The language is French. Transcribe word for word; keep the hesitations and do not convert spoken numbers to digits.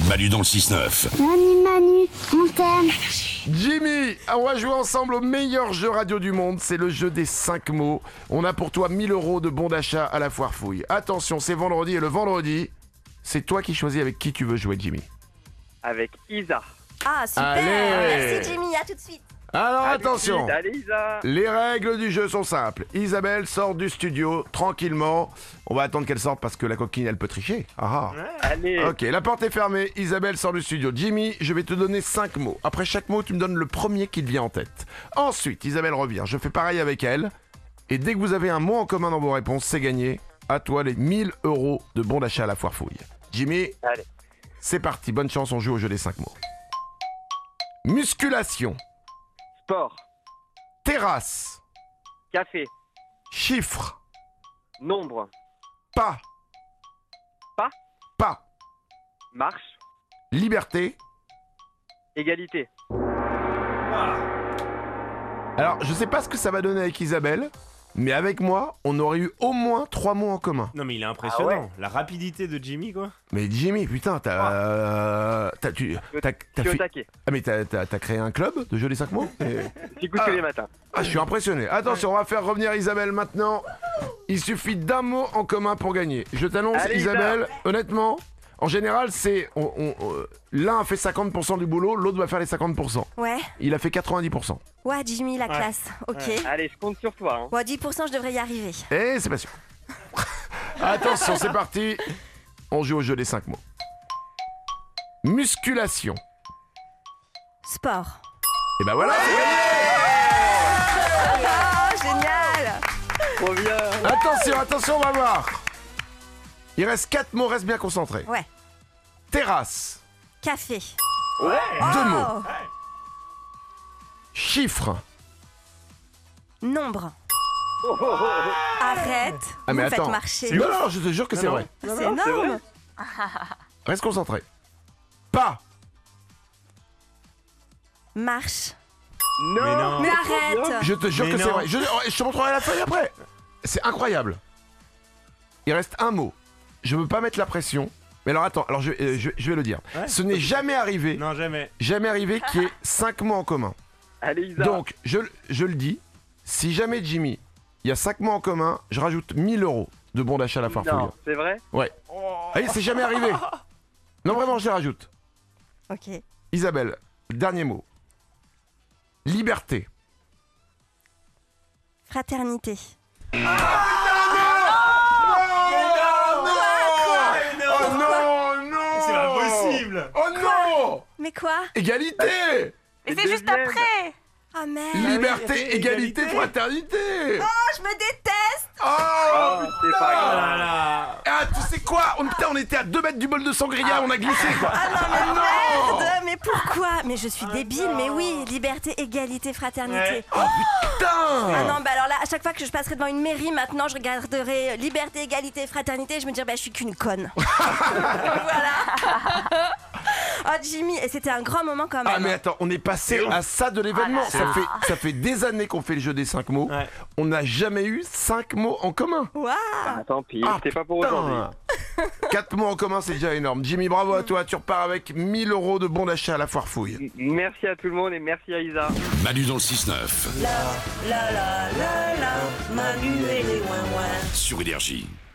Manu dans le six neuf. Manu, Manu, on t'aime. Jimmy, on va jouer ensemble au meilleur jeu radio du monde, c'est le jeu des cinq mots. On a pour toi mille euros de bons d'achat à la foire fouille. Attention, c'est vendredi et le vendredi, c'est toi qui choisis avec qui tu veux jouer, Jimmy. Avec Isa. Ah, super. Allez. Merci Jimmy, à tout de suite. Alors Allez, attention, vite, Allez Isa. les règles du jeu sont simples. Isabelle sort du studio tranquillement. On va attendre qu'elle sorte parce que la coquine elle peut tricher. Ah ah. Allez. Ok, la porte est fermée, Isabelle sort du studio. Jimmy, je vais te donner cinq mots. Après chaque mot, tu me donnes le premier qui te vient en tête. Ensuite, Isabelle revient, je fais pareil avec elle. Et dès que vous avez un mot en commun dans vos réponses, c'est gagné. À toi les mille euros de bons d'achat à la foire fouille. Jimmy, Allez. c'est parti, bonne chance, on joue au jeu des cinq mots. Musculation, Sport. terrasse, Café. chiffre, Nombre. pas, Pas. pas, Marche. liberté. Égalité. Alors, je sais pas ce que ça va donner avec Isabelle, mais avec moi, on aurait eu au moins trois mots en commun. Non mais il est impressionnant, Ah ouais. la rapidité de Jimmy quoi. Mais Jimmy, putain, t'as... euh, t'as, tu, t'as, Je t'as suis au fait- taquet. Ah mais t'as, t'as, t'as créé un club de jeu des cinq mots Et- J'écoute Ah. tous les matins. Ah, je suis impressionné. Attention, on va faire revenir Isabelle maintenant. Il suffit d'un mot en commun pour gagner. Je t'annonce, Allez, Isabelle, honnêtement, en général, c'est... on- on- euh, l'un a fait cinquante pour cent du boulot, l'autre va faire les cinquante pour cent. Ouais. Il a fait quatre-vingt-dix pour cent. Ouais, Jimmy, la classe. Ok. Allez, je compte sur toi. Hein. Bon, dix pour cent, je devrais y arriver. Et c'est pas sûr. Attention, c'est parti. On joue au jeu des cinq mots. Musculation. Sport. Et ben voilà. Oh, génial. Trop bien. Attention, attention, on va voir. Il reste quatre mots, reste bien concentré. Ouais. Terrasse. Café. Ouais. Deux Oh. mots. Chiffre. Nombre. Oh, oh, oh. Arrête. Ah, mais Vous faites attends. marcher. Non, non, je te jure que c'est non. vrai. C'est non, c'est énorme. vrai. Reste concentré. Pas. Marche. Non. Mais non. Mais trop bien. arrête. Je te jure Mais que c'est non. vrai. Je, oh, je te montrerai la feuille après. C'est incroyable. Il reste un mot. Je veux pas mettre la pression. Mais alors attends, alors je, euh, je, je vais le dire. Ouais. Ce n'est jamais arrivé, Non jamais. jamais arrivé qu'il y ait cinq mots en commun. Allez Isa. Donc, je, je le dis, si jamais Jimmy, il y a cinq mots en commun, je rajoute mille euros de bons d'achat à la foire fouille. Non, c'est vrai. Ouais. Allez, c'est jamais arrivé. Non, vraiment, je les rajoute. Ok. Isabelle, dernier mot. Liberté. Fraternité. Oh non, non. C'est pas possible. Oh non. Mais quoi? Égalité. Et c'est juste après. Ah merde. Liberté, égalité, égalité. fraternité. Oh, je me déteste. Oh, Oh, c'est pas Oh grave. là là. Ah, tu sais quoi, on, putain, on était à deux mètres du bol de sangria, on a glissé quoi. Ah non, mais non. merde. Mais pourquoi? Mais je suis débile. Mais oui, liberté, égalité, fraternité. Ouais. Oh putain. Ah non, bah alors là, à chaque fois que je passerai devant une mairie, maintenant, je regarderai liberté, égalité, fraternité, et je me dirai, bah, je suis qu'une conne. Voilà. Oh, Jimmy, et c'était un grand moment quand même. Ah mais attends, on est passé à ça de l'événement. Ah Ça fait, ça fait des années qu'on fait le jeu des cinq mots. Ouais. On n'a jamais eu cinq mots en commun. Waouh. Ah, tant pis, Ah, c'est pas pour putain. aujourd'hui. Quatre mots en commun, c'est déjà énorme. Jimmy, bravo à toi. Tu repars avec mille euros de bons d'achat à la foire fouille. Merci à tout le monde et merci à Isa. Manu dans le six neuf. La la la la, Manu et les ouin-ouin. Sur Énergie.